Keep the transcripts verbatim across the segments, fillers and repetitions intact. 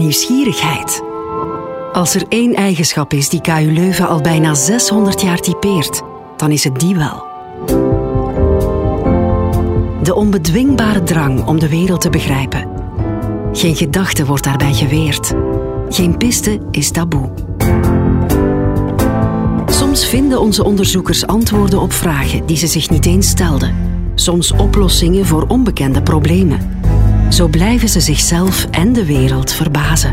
nieuwsgierigheid. Als er één eigenschap is die K U Leuven al bijna zeshonderd jaar typeert, dan is het die wel. De onbedwingbare drang om de wereld te begrijpen. Geen gedachte wordt daarbij geweerd. Geen piste is taboe. Soms vinden onze onderzoekers antwoorden op vragen die ze zich niet eens stelden. Soms oplossingen voor onbekende problemen. Zo blijven ze zichzelf en de wereld verbazen.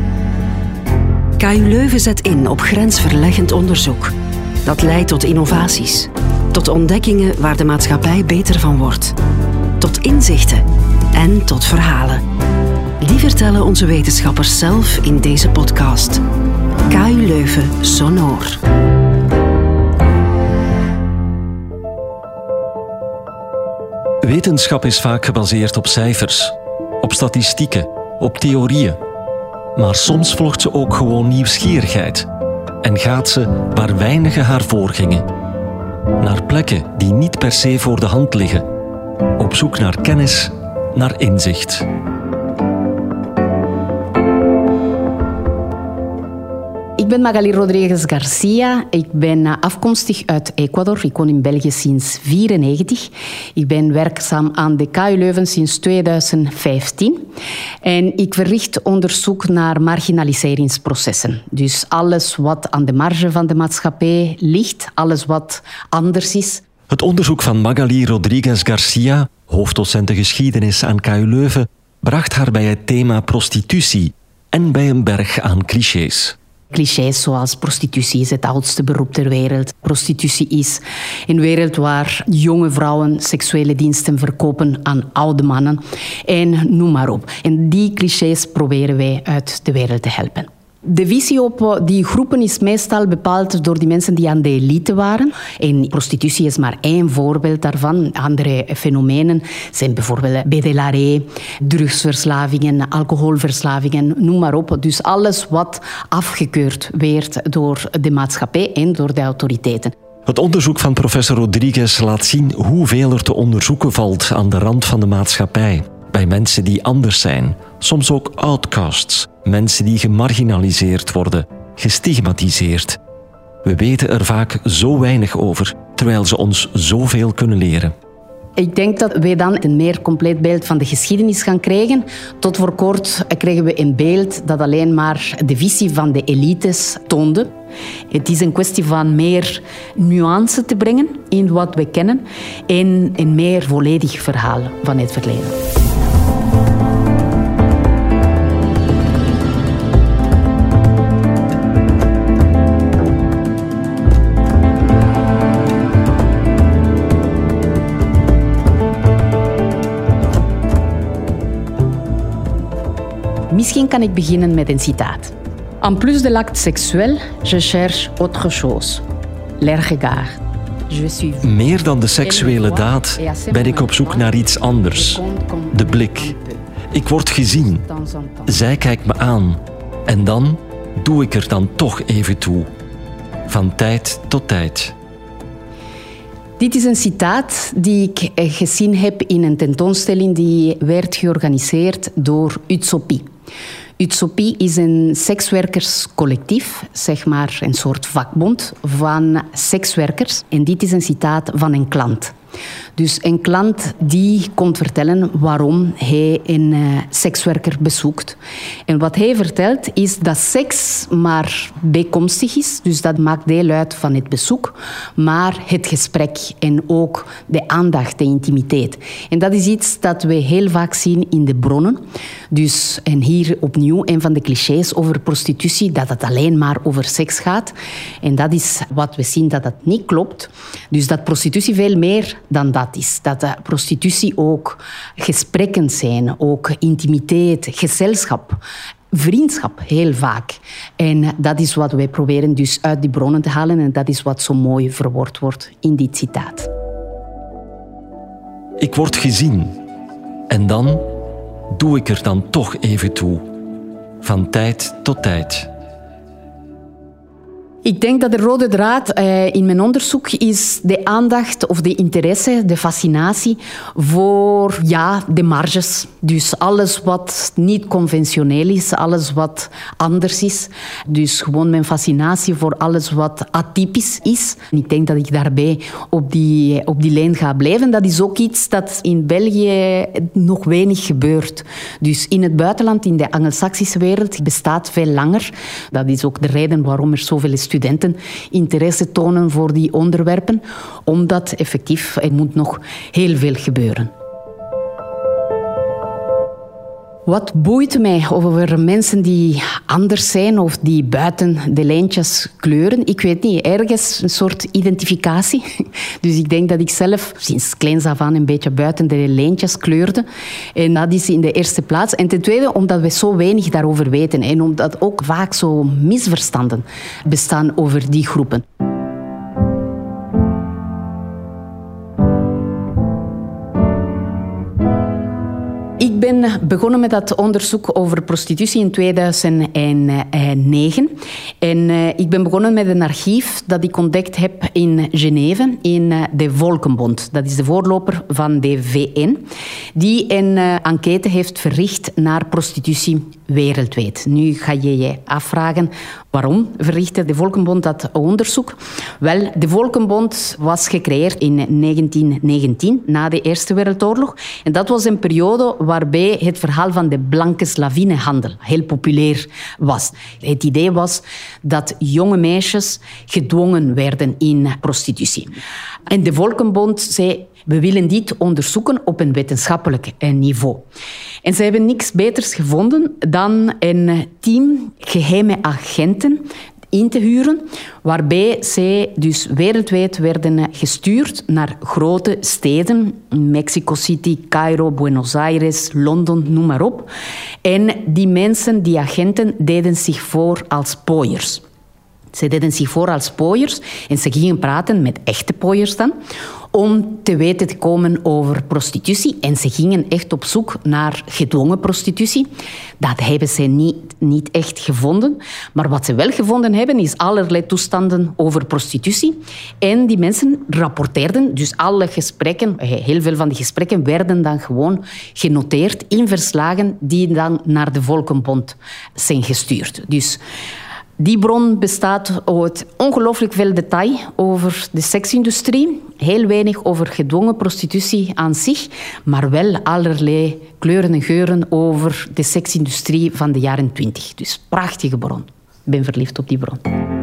K U Leuven zet in op grensverleggend onderzoek. Dat leidt tot innovaties. Tot ontdekkingen waar de maatschappij beter van wordt. Tot inzichten en tot verhalen. Die vertellen onze wetenschappers zelf in deze podcast. K U Leuven Sonor. Wetenschap is vaak gebaseerd op cijfers, op statistieken, op theorieën. Maar soms volgt ze ook gewoon nieuwsgierigheid en gaat ze waar weinigen haar voorgingen. Naar plekken die niet per se voor de hand liggen. Op zoek naar kennis, naar inzicht. Ik ben Magali Rodriguez Garcia. Ik ben afkomstig uit Ecuador. Ik woon in België sinds negentien vierennegentig. Ik ben werkzaam aan de K U Leuven sinds tweeduizend vijftien. En ik verricht onderzoek naar marginaliseringsprocessen. Dus alles wat aan de marge van de maatschappij ligt, alles wat anders is. Het onderzoek van Magali Rodriguez Garcia, hoofddocente geschiedenis aan K U Leuven, bracht haar bij het thema prostitutie en bij een berg aan clichés. Clichés zoals prostitutie is het oudste beroep ter wereld. Prostitutie is een wereld waar jonge vrouwen seksuele diensten verkopen aan oude mannen. En noem maar op. En die clichés proberen wij uit de wereld te helpen. De visie op die groepen is meestal bepaald door die mensen die aan de elite waren. En prostitutie is maar één voorbeeld daarvan. Andere fenomenen zijn bijvoorbeeld bedelarij, drugsverslavingen, alcoholverslavingen, noem maar op. Dus alles wat afgekeurd werd door de maatschappij en door de autoriteiten. Het onderzoek van professor Rodriguez laat zien hoeveel er te onderzoeken valt aan de rand van de maatschappij. Bij mensen die anders zijn, soms ook outcasts, mensen die gemarginaliseerd worden, gestigmatiseerd. We weten er vaak zo weinig over, terwijl ze ons zoveel kunnen leren. Ik denk dat wij dan een meer compleet beeld van de geschiedenis gaan krijgen. Tot voor kort kregen we een beeld dat alleen maar de visie van de elites toonde. Het is een kwestie van meer nuance te brengen in wat we kennen en een meer volledig verhaal van het verleden. Misschien kan ik beginnen met een citaat. En plus de l'acte sexuel, je cherche autre chose. L'air regard. Je suis vu. Meer dan de seksuele daad ben ik op zoek naar iets anders. De blik. Ik word gezien. Zij kijkt me aan. En dan doe ik er dan toch even toe. Van tijd tot tijd. Dit is een citaat die ik gezien heb in een tentoonstelling die werd georganiseerd door Utopie. Utopie is een sekswerkerscollectief, zeg maar een soort vakbond van sekswerkers. En dit is een citaat van een klant. Dus een klant die komt vertellen waarom hij een uh, sekswerker bezoekt. En wat hij vertelt is dat seks maar bijkomstig is. Dus dat maakt deel uit van het bezoek. Maar het gesprek en ook de aandacht, de intimiteit. En dat is iets dat we heel vaak zien in de bronnen. Dus, en hier opnieuw een van de clichés over prostitutie, dat het alleen maar over seks gaat. En dat is wat we zien dat dat niet klopt. Dus dat prostitutie veel meer dan dat is. Dat de prostitutie ook gesprekken zijn, ook intimiteit, gezelschap, vriendschap heel vaak. En dat is wat wij proberen dus uit die bronnen te halen en dat is wat zo mooi verwoord wordt in dit citaat. Ik word gezien en dan doe ik er dan toch even toe. Van tijd tot tijd. Ik denk dat de rode draad uh, in mijn onderzoek is de aandacht of de interesse, de fascinatie voor ja, de marges. Dus alles wat niet conventioneel is, alles wat anders is. Dus gewoon mijn fascinatie voor alles wat atypisch is. En ik denk dat ik daarbij op die, op die lijn ga blijven. Dat is ook iets dat in België nog weinig gebeurt. Dus in het buitenland, in de Angelsaksische wereld, bestaat veel langer. Dat is ook de reden waarom er zoveel studenten interesse tonen voor die onderwerpen. Omdat effectief, er moet nog heel veel gebeuren. Wat boeit mij over mensen die anders zijn of die buiten de lijntjes kleuren? Ik weet niet, ergens een soort identificatie. Dus ik denk dat ik zelf sinds kleins af aan een beetje buiten de lijntjes kleurde. En dat is in de eerste plaats. En ten tweede, omdat we zo weinig daarover weten. En omdat ook vaak zo misverstanden bestaan over die groepen. Ik ben begonnen met dat onderzoek over prostitutie in tweeduizend negen. En ik ben begonnen met een archief dat ik ontdekt heb in Geneve, in de Volkenbond. Dat is de voorloper van de V N, die een enquête heeft verricht naar prostitutie wereldwijd. Nu ga je je afvragen, waarom verrichtte de Volkenbond dat onderzoek? Wel, de Volkenbond was gecreëerd in negentien negentien, na de Eerste Wereldoorlog. En dat was een periode waarbij het verhaal van de blanke slavinnenhandel heel populair was. Het idee was dat jonge meisjes gedwongen werden in prostitutie. En de Volkenbond zei, we willen dit onderzoeken op een wetenschappelijk niveau. En ze hebben niks beters gevonden dan een team geheime agenten in te huren, waarbij zij dus wereldwijd werden gestuurd naar grote steden, Mexico City, Cairo, Buenos Aires, Londen, noem maar op. En die mensen, die agenten, deden zich voor als pooiers. Ze deden zich voor als pooiers en ze gingen praten met echte pooiers dan, om te weten te komen over prostitutie. En ze gingen echt op zoek naar gedwongen prostitutie. Dat hebben ze niet, niet echt gevonden. Maar wat ze wel gevonden hebben, is allerlei toestanden over prostitutie. En die mensen rapporteerden, dus alle gesprekken, heel veel van die gesprekken werden dan gewoon genoteerd in verslagen die dan naar de Volkenbond zijn gestuurd. Dus die bron bestaat uit ongelooflijk veel detail over de seksindustrie. Heel weinig over gedwongen prostitutie aan zich, maar wel allerlei kleuren en geuren over de seksindustrie van de jaren twintig. Dus prachtige bron. Ik ben verliefd op die bron.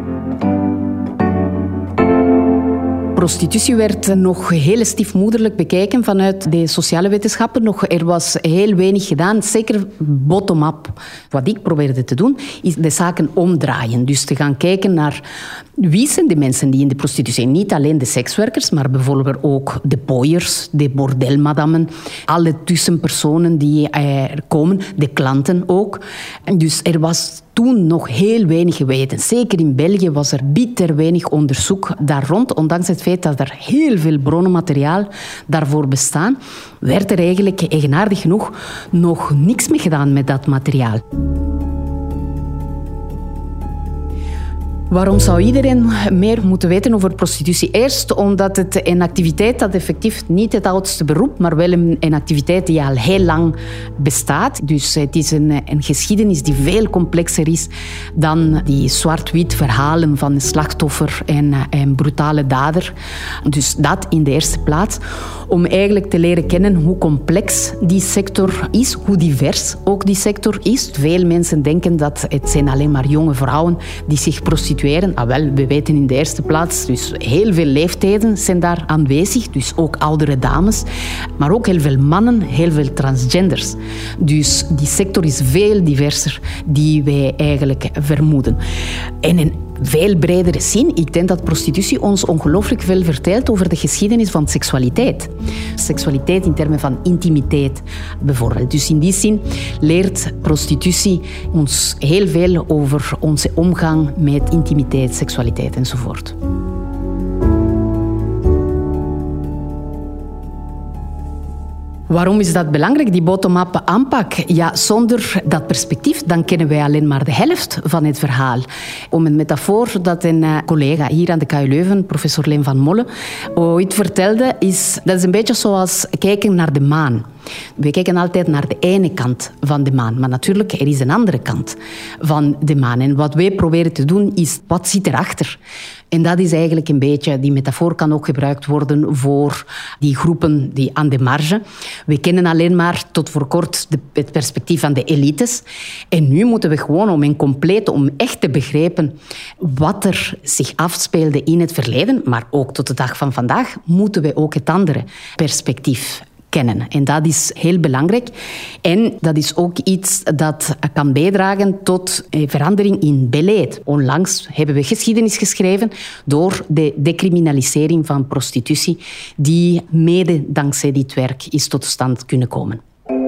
Prostitutie werd nog heel stiefmoederlijk bekeken vanuit de sociale wetenschappen. Nog, er was heel weinig gedaan, zeker bottom-up. Wat ik probeerde te doen, is de zaken omdraaien. Dus te gaan kijken naar wie zijn de mensen die in de prostitutie zijn. Niet alleen de sekswerkers, maar bijvoorbeeld ook de pooiers, de bordelmadammen, alle tussenpersonen die er komen, de klanten ook. Dus er was toen nog heel weinig geweten. Zeker in België was er bitter weinig onderzoek daar rond. Ondanks het feit dat er heel veel bronnenmateriaal daarvoor bestaan, werd er eigenlijk, eigenaardig genoeg, nog niks mee gedaan met dat materiaal. Waarom zou iedereen meer moeten weten over prostitutie? Eerst omdat het een activiteit dat effectief niet het oudste beroep, maar wel een, een activiteit die al heel lang bestaat. Dus het is een, een geschiedenis die veel complexer is dan die zwart-wit verhalen van een slachtoffer en een brutale dader. Dus dat in de eerste plaats. Om eigenlijk te leren kennen hoe complex die sector is, hoe divers ook die sector is. Veel mensen denken dat het zijn alleen maar jonge vrouwen die zich prostitueren. Ah, wel, we weten in de eerste plaats, dus heel veel leeftijden zijn daar aanwezig, dus ook oudere dames, maar ook heel veel mannen, heel veel transgenders. Dus die sector is veel diverser die wij eigenlijk vermoeden. En in veel bredere zin, ik denk dat prostitutie ons ongelooflijk veel vertelt over de geschiedenis van seksualiteit. Seksualiteit in termen van intimiteit, bijvoorbeeld. Dus in die zin leert prostitutie ons heel veel over onze omgang met intimiteit, seksualiteit enzovoort. Waarom is dat belangrijk, die bottom-up aanpak? Ja, zonder dat perspectief dan kennen wij alleen maar de helft van het verhaal. Om een metafoor dat een collega hier aan de K U Leuven, professor Leen van Molle, ooit vertelde, is dat is een beetje zoals kijken naar de maan. We kijken altijd naar de ene kant van de maan. Maar natuurlijk, er is een andere kant van de maan. En wat wij proberen te doen, is wat zit erachter? En dat is eigenlijk een beetje, die metafoor kan ook gebruikt worden voor die groepen die aan de marge. We kennen alleen maar tot voor kort de, het perspectief van de elites. En nu moeten we gewoon om een compleet, om echt te begrijpen wat er zich afspeelde in het verleden, maar ook tot de dag van vandaag, moeten we ook het andere perspectief kennen. En dat is heel belangrijk. En dat is ook iets dat kan bijdragen tot verandering in beleid. Onlangs hebben we geschiedenis geschreven door de decriminalisering van prostitutie, die mede dankzij dit werk is tot stand kunnen komen.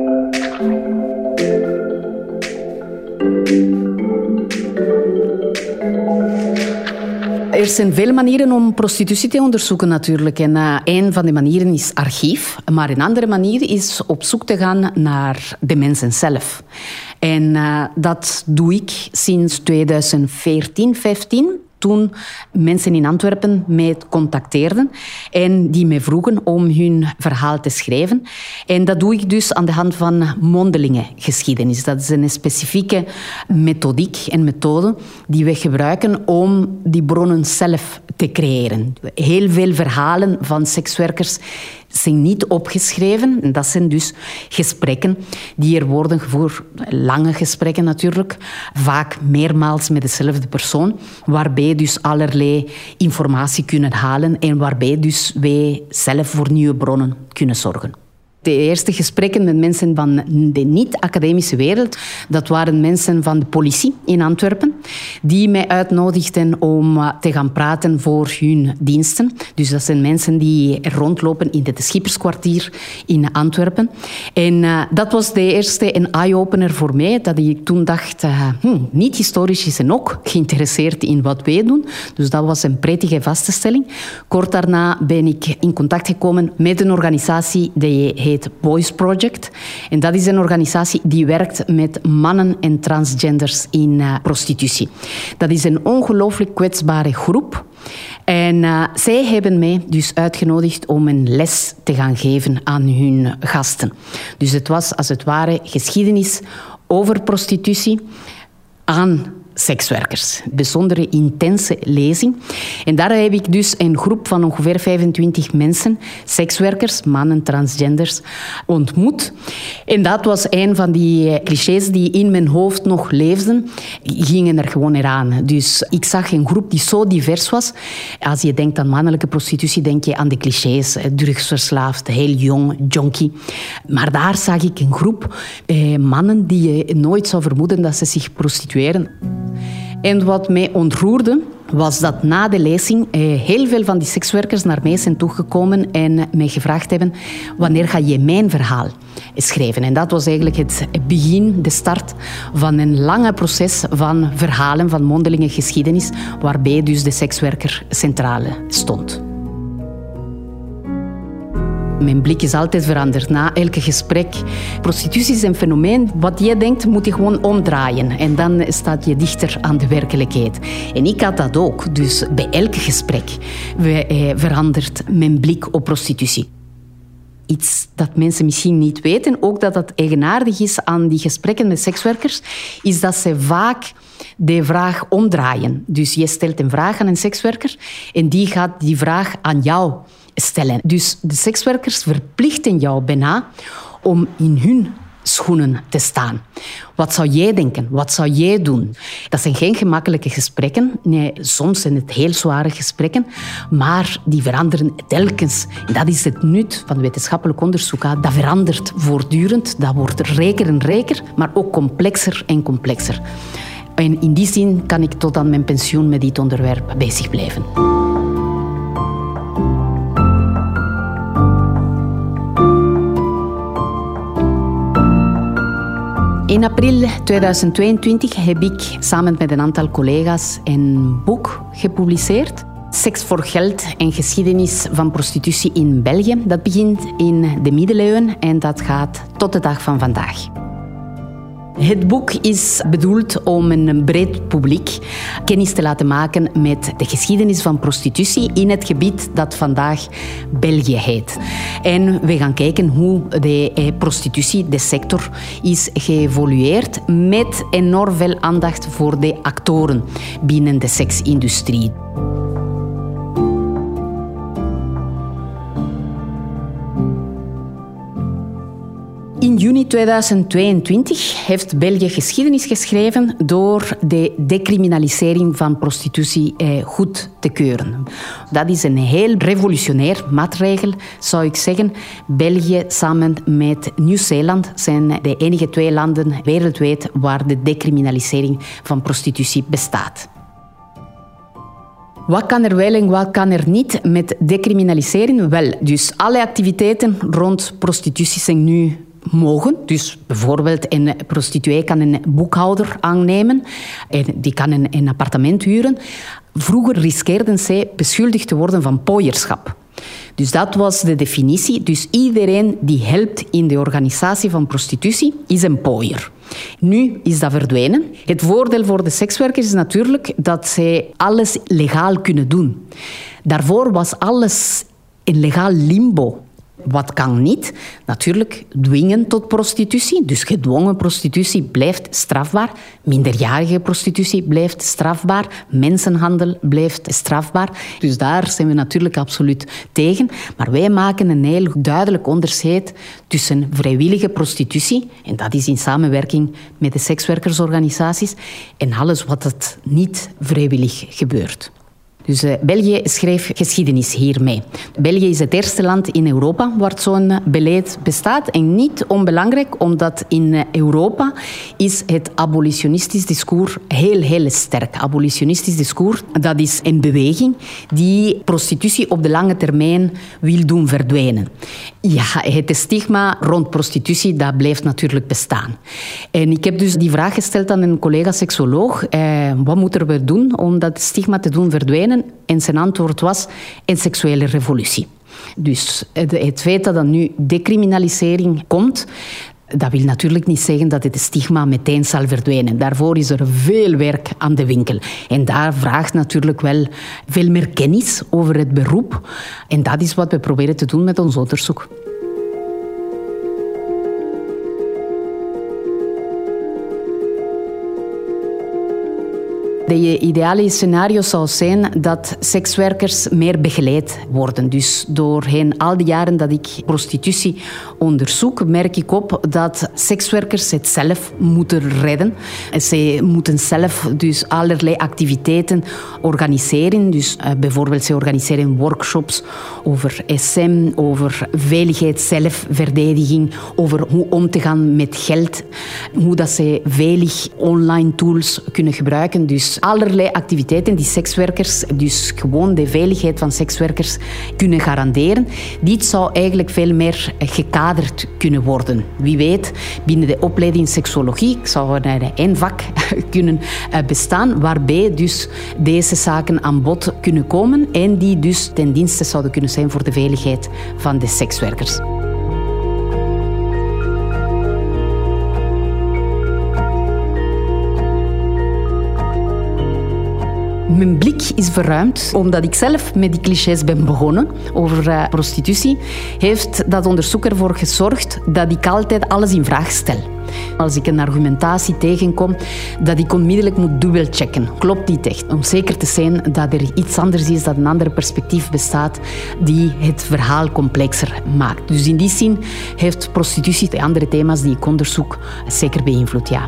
Er zijn veel manieren om prostitutie te onderzoeken natuurlijk. En uh, een van de manieren is archief. Maar een andere manier is op zoek te gaan naar de mensen zelf. En uh, dat doe ik sinds tweeduizend veertien, vijftien. Toen mensen in Antwerpen mij contacteerden en die mij vroegen om hun verhaal te schrijven. En dat doe ik dus aan de hand van mondelingengeschiedenis. Dat is een specifieke methodiek en methode die we gebruiken om die bronnen zelf te creëren. Heel veel verhalen van sekswerkers zijn niet opgeschreven. Dat zijn dus gesprekken die er worden gevoerd. Lange gesprekken natuurlijk. Vaak meermaals met dezelfde persoon. Waarbij dus allerlei informatie kunnen halen. En waarbij dus wij zelf voor nieuwe bronnen kunnen zorgen. De eerste gesprekken met mensen van de niet-academische wereld, dat waren mensen van de politie in Antwerpen, die mij uitnodigden om te gaan praten voor hun diensten. Dus dat zijn mensen die rondlopen in het Schipperskwartier in Antwerpen. En uh, dat was de eerste een eye-opener voor mij, dat ik toen dacht, uh, hmm, niet-historici zijn ook geïnteresseerd in wat wij doen. Dus dat was een prettige vaststelling. Kort daarna ben ik in contact gekomen met een organisatie die heet Boys Project. En dat is een organisatie die werkt met mannen en transgenders in uh, prostitutie. Dat is een ongelooflijk kwetsbare groep. En uh, zij hebben mij dus uitgenodigd om een les te gaan geven aan hun gasten. Dus het was als het ware geschiedenis over prostitutie aan sekswerkers. Bijzondere intense lezing. En daar heb ik dus een groep van ongeveer vijfentwintig mensen, sekswerkers, mannen, transgenders, ontmoet. En dat was een van die clichés die in mijn hoofd nog leefden, gingen er gewoon eraan. Dus ik zag een groep die zo divers was. Als je denkt aan mannelijke prostitutie, denk je aan de clichés. Drugsverslaafd, heel jong, junkie. Maar daar zag ik een groep eh, mannen die je nooit zou vermoeden dat ze zich prostitueren. En wat mij ontroerde, was dat na de lezing eh, heel veel van die sekswerkers naar mij zijn toegekomen en mij gevraagd hebben, wanneer ga je mijn verhaal schrijven? En dat was eigenlijk het begin, de start van een lange proces van verhalen, van mondelinge geschiedenis, waarbij dus de sekswerker centraal stond. Mijn blik is altijd veranderd na elke gesprek. Prostitutie is een fenomeen. Wat je denkt, moet je gewoon omdraaien. En dan staat je dichter aan de werkelijkheid. En ik had dat ook. Dus bij elk gesprek verandert mijn blik op prostitutie. Iets dat mensen misschien niet weten, ook dat het eigenaardig is aan die gesprekken met sekswerkers, is dat ze vaak de vraag omdraaien. Dus je stelt een vraag aan een sekswerker en die gaat die vraag aan jou stellen. Dus de sekswerkers verplichten jou bijna om in hun schoenen te staan. Wat zou jij denken? Wat zou jij doen? Dat zijn geen gemakkelijke gesprekken. Nee, soms zijn het heel zware gesprekken, maar die veranderen telkens. En dat is het nut van wetenschappelijk onderzoek. Dat verandert voortdurend. Dat wordt rijker en rijker, maar ook complexer en complexer. En in die zin kan ik tot aan mijn pensioen met dit onderwerp bezig blijven. In april tweeduizend tweeëntwintig heb ik samen met een aantal collega's een boek gepubliceerd. Seks voor geld en geschiedenis van prostitutie in België. Dat begint in de middeleeuwen en dat gaat tot de dag van vandaag. Het boek is bedoeld om een breed publiek kennis te laten maken met de geschiedenis van prostitutie in het gebied dat vandaag België heet. En we gaan kijken hoe de prostitutie, de sector, is geëvolueerd met enorm veel aandacht voor de actoren binnen de seksindustrie. In juni tweeduizend tweeëntwintig heeft België geschiedenis geschreven door de decriminalisering van prostitutie goed te keuren. Dat is een heel revolutionair maatregel, zou ik zeggen. België samen met Nieuw-Zeeland zijn de enige twee landen wereldwijd waar de decriminalisering van prostitutie bestaat. Wat kan er wel en wat kan er niet met decriminalisering? Wel, dus alle activiteiten rond prostitutie zijn nu mogen. Dus bijvoorbeeld een prostituee kan een boekhouder aannemen en die kan een, een appartement huren. Vroeger riskeerden zij beschuldigd te worden van pooierschap. Dus dat was de definitie. Dus iedereen die helpt in de organisatie van prostitutie is een pooier. Nu is dat verdwenen. Het voordeel voor de sekswerkers is natuurlijk dat zij alles legaal kunnen doen. Daarvoor was alles een legaal limbo. Wat kan niet? Natuurlijk dwingen tot prostitutie. Dus gedwongen prostitutie blijft strafbaar. Minderjarige prostitutie blijft strafbaar. Mensenhandel blijft strafbaar. Dus daar zijn we natuurlijk absoluut tegen. Maar wij maken een heel duidelijk onderscheid tussen vrijwillige prostitutie, en dat is in samenwerking met de sekswerkersorganisaties, en alles wat het niet vrijwillig gebeurt. Dus uh, België schreef geschiedenis hiermee. België is het eerste land in Europa waar zo'n beleid bestaat. En niet onbelangrijk, omdat in Europa is het abolitionistisch discours heel, heel sterk. Abolitionistisch discours, dat is een beweging die prostitutie op de lange termijn wil doen verdwijnen. Ja, het stigma rond prostitutie, dat blijft natuurlijk bestaan. En ik heb dus die vraag gesteld aan een collega-seksoloog. Eh, wat moeten we doen om dat stigma te doen verdwijnen? En zijn antwoord was een seksuele revolutie. Dus het feit dat er nu decriminalisering komt, dat wil natuurlijk niet zeggen dat het stigma meteen zal verdwijnen. Daarvoor is er veel werk aan de winkel. En daar vraagt natuurlijk wel veel meer kennis over het beroep. En dat is wat we proberen te doen met ons onderzoek. De ideale scenario zou zijn dat sekswerkers meer begeleid worden. Dus doorheen al die jaren dat ik prostitutie onderzoek, merk ik op dat sekswerkers het zelf moeten redden. Ze moeten zelf dus allerlei activiteiten organiseren. Dus uh, bijvoorbeeld ze organiseren workshops over S M, over veiligheid, zelfverdediging, over hoe om te gaan met geld, hoe dat ze veilig online tools kunnen gebruiken. Dus allerlei activiteiten die sekswerkers, dus gewoon de veiligheid van sekswerkers, kunnen garanderen. Dit zou eigenlijk veel meer gekaderd kunnen worden. Wie weet, binnen de opleiding seksologie zou er een vak kunnen bestaan waarbij dus deze zaken aan bod kunnen komen en die dus ten dienste zouden kunnen zijn voor de veiligheid van de sekswerkers. Mijn blik is verruimd, omdat ik zelf met die clichés ben begonnen over uh, prostitutie. Heeft dat onderzoek ervoor gezorgd dat ik altijd alles in vraag stel. Als ik een argumentatie tegenkom, dat ik onmiddellijk moet dubbelchecken. Klopt niet echt? Om zeker te zijn dat er iets anders is, dat een ander perspectief bestaat die het verhaal complexer maakt. Dus in die zin heeft prostitutie de andere thema's die ik onderzoek zeker beïnvloed, ja.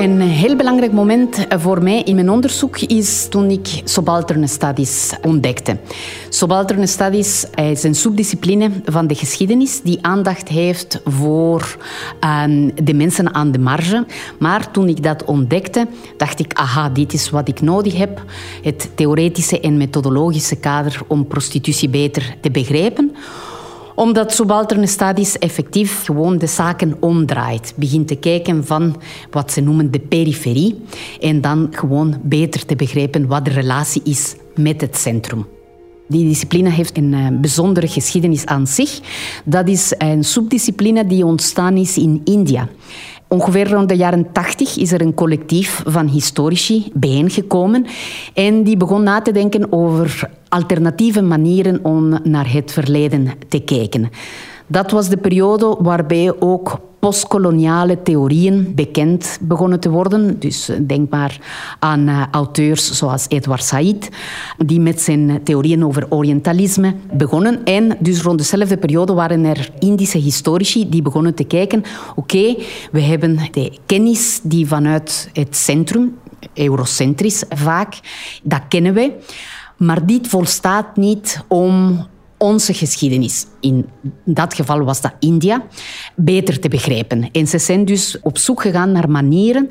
Een heel belangrijk moment voor mij in mijn onderzoek is toen ik subalterne studies ontdekte. Subalterne studies is een subdiscipline van de geschiedenis die aandacht heeft voor um, de mensen aan de marge. Maar toen ik dat ontdekte, dacht ik, aha, dit is wat ik nodig heb. Het theoretische en methodologische kader om prostitutie beter te begrijpen. Omdat subalterne studies effectief gewoon de zaken omdraait. Begint te kijken van wat ze noemen de periferie. En dan gewoon beter te begrijpen wat de relatie is met het centrum. Die discipline heeft een bijzondere geschiedenis aan zich. Dat is een subdiscipline die ontstaan is in India. Ongeveer rond de jaren tachtig is er een collectief van historici bijeengekomen en die begon na te denken over alternatieve manieren om naar het verleden te kijken. Dat was de periode waarbij ook postkoloniale theorieën bekend begonnen te worden. Dus denk maar aan uh, auteurs zoals Edward Said, die met zijn theorieën over Orientalisme begonnen. En dus rond dezelfde periode waren er Indische historici die begonnen te kijken. Oké, okay, we hebben de kennis die vanuit het centrum, eurocentrisch vaak, dat kennen wij. Maar dit volstaat niet om onze geschiedenis, in dat geval was dat India, beter te begrijpen. En ze zijn dus op zoek gegaan naar manieren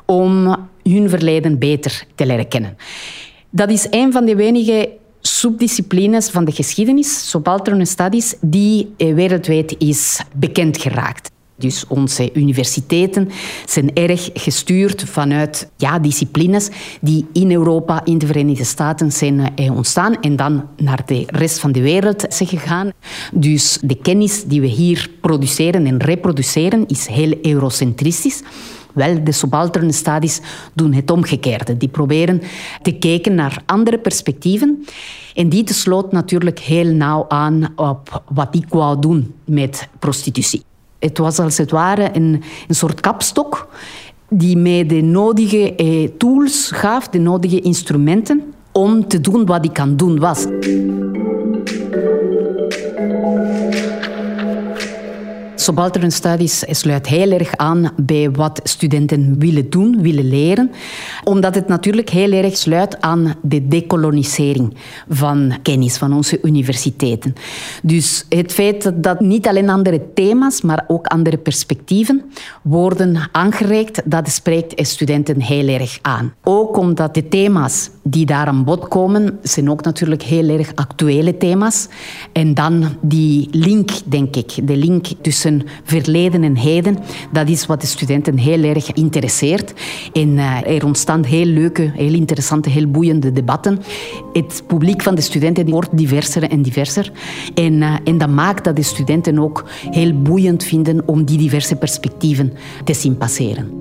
om hun verleden beter te leren kennen. Dat is een van de weinige subdisciplines van de geschiedenis, subalterne studies, die wereldwijd is bekend geraakt. Dus onze universiteiten zijn erg gestuurd vanuit ja, disciplines die in Europa, in de Verenigde Staten zijn ontstaan en dan naar de rest van de wereld zijn gegaan. Dus de kennis die we hier produceren en reproduceren is heel eurocentristisch. Wel, de subalterne studies doen het omgekeerde. Die proberen te kijken naar andere perspectieven. En die sloot natuurlijk heel nauw aan op wat ik wou doen met prostitutie. Het was als het ware een, een soort kapstok die mij de nodige eh, tools gaf, de nodige instrumenten om te doen wat ik aan het doen was. Subalterne studies sluit heel erg aan bij wat studenten willen doen, willen leren. Omdat het natuurlijk heel erg sluit aan de dekolonisering van kennis van onze universiteiten. Dus het feit dat niet alleen andere thema's, maar ook andere perspectieven worden aangereikt, dat spreekt studenten heel erg aan. Ook omdat de thema's die daar aan bod komen, zijn ook natuurlijk heel erg actuele thema's. En dan die link, denk ik, de link tussen verleden en heden, dat is wat de studenten heel erg interesseert. En uh, er ontstaan heel leuke, heel interessante, heel boeiende debatten. Het publiek van de studenten wordt diverser en diverser. En, uh, en dat maakt dat de studenten ook heel boeiend vinden om die diverse perspectieven te zien passeren.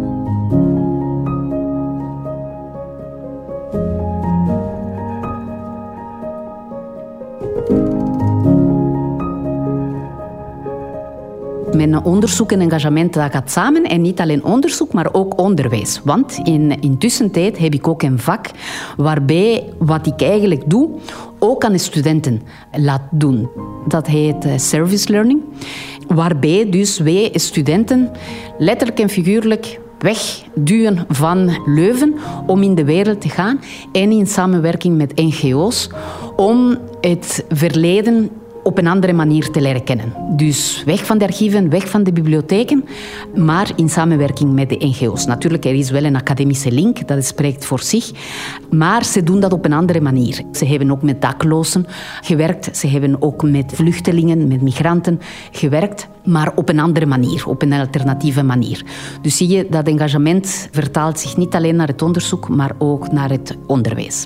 Mijn onderzoek en engagement dat gaat samen. En niet alleen onderzoek, maar ook onderwijs. Want in, in tussentijd heb ik ook een vak waarbij wat ik eigenlijk doe ook aan de studenten laat doen. Dat heet service learning. Waarbij dus wij studenten letterlijk en figuurlijk wegduwen van Leuven om in de wereld te gaan en in samenwerking met N G O's om het verleden op een andere manier te leren kennen. Dus weg van de archieven, weg van de bibliotheken, maar in samenwerking met de N G O's. Natuurlijk, er is wel een academische link, dat spreekt voor zich, maar ze doen dat op een andere manier. Ze hebben ook met daklozen gewerkt, ze hebben ook met vluchtelingen, met migranten gewerkt, maar op een andere manier, op een alternatieve manier. Dus zie je, dat engagement vertaalt zich niet alleen naar het onderzoek, maar ook naar het onderwijs.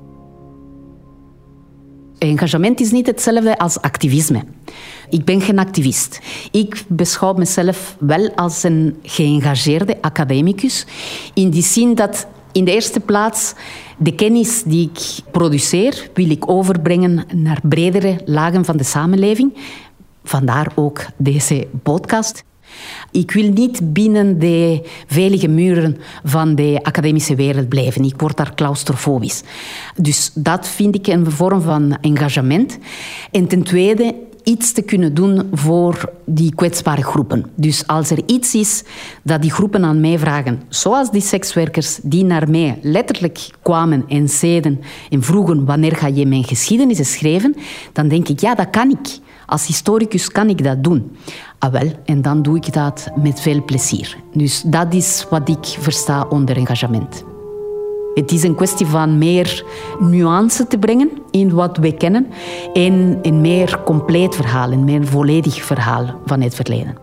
Engagement is niet hetzelfde als activisme. Ik ben geen activist. Ik beschouw mezelf wel als een geëngageerde academicus. In die zin dat in de eerste plaats de kennis die ik produceer, wil ik overbrengen naar bredere lagen van de samenleving. Vandaar ook deze podcast. Ik wil niet binnen de veilige muren van de academische wereld blijven. Ik word daar claustrofobisch. Dus dat vind ik een vorm van engagement. En ten tweede, iets te kunnen doen voor die kwetsbare groepen. Dus als er iets is dat die groepen aan mij vragen, zoals die sekswerkers die naar mij letterlijk kwamen en zeiden en vroegen wanneer ga je mijn geschiedenis schrijven, dan denk ik, ja, dat kan ik. Als historicus kan ik dat doen. Ah wel, en dan doe ik dat met veel plezier. Dus dat is wat ik versta onder engagement. Het is een kwestie van meer nuance te brengen in wat wij kennen en een meer compleet verhaal, een meer volledig verhaal van het verleden.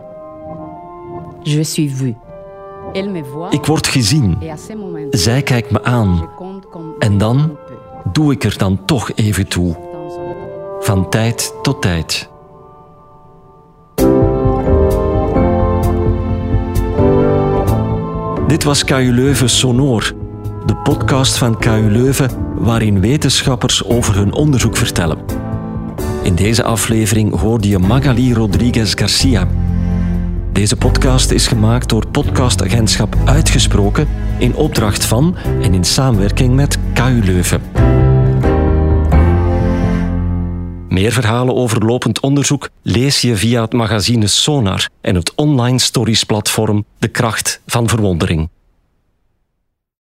Je suis vu. Ik word gezien. Zij kijkt me aan. En dan doe ik er dan toch even toe. Van tijd tot tijd. Dit was K U Leuven Sonor, de podcast van K U Leuven waarin wetenschappers over hun onderzoek vertellen. In deze aflevering hoorde je Magali Rodriguez Garcia. Deze podcast is gemaakt door podcastagentschap Uitgesproken in opdracht van en in samenwerking met K U Leuven. Meer verhalen over lopend onderzoek lees je via het magazine Sonar en het online stories platform De Kracht van Verwondering.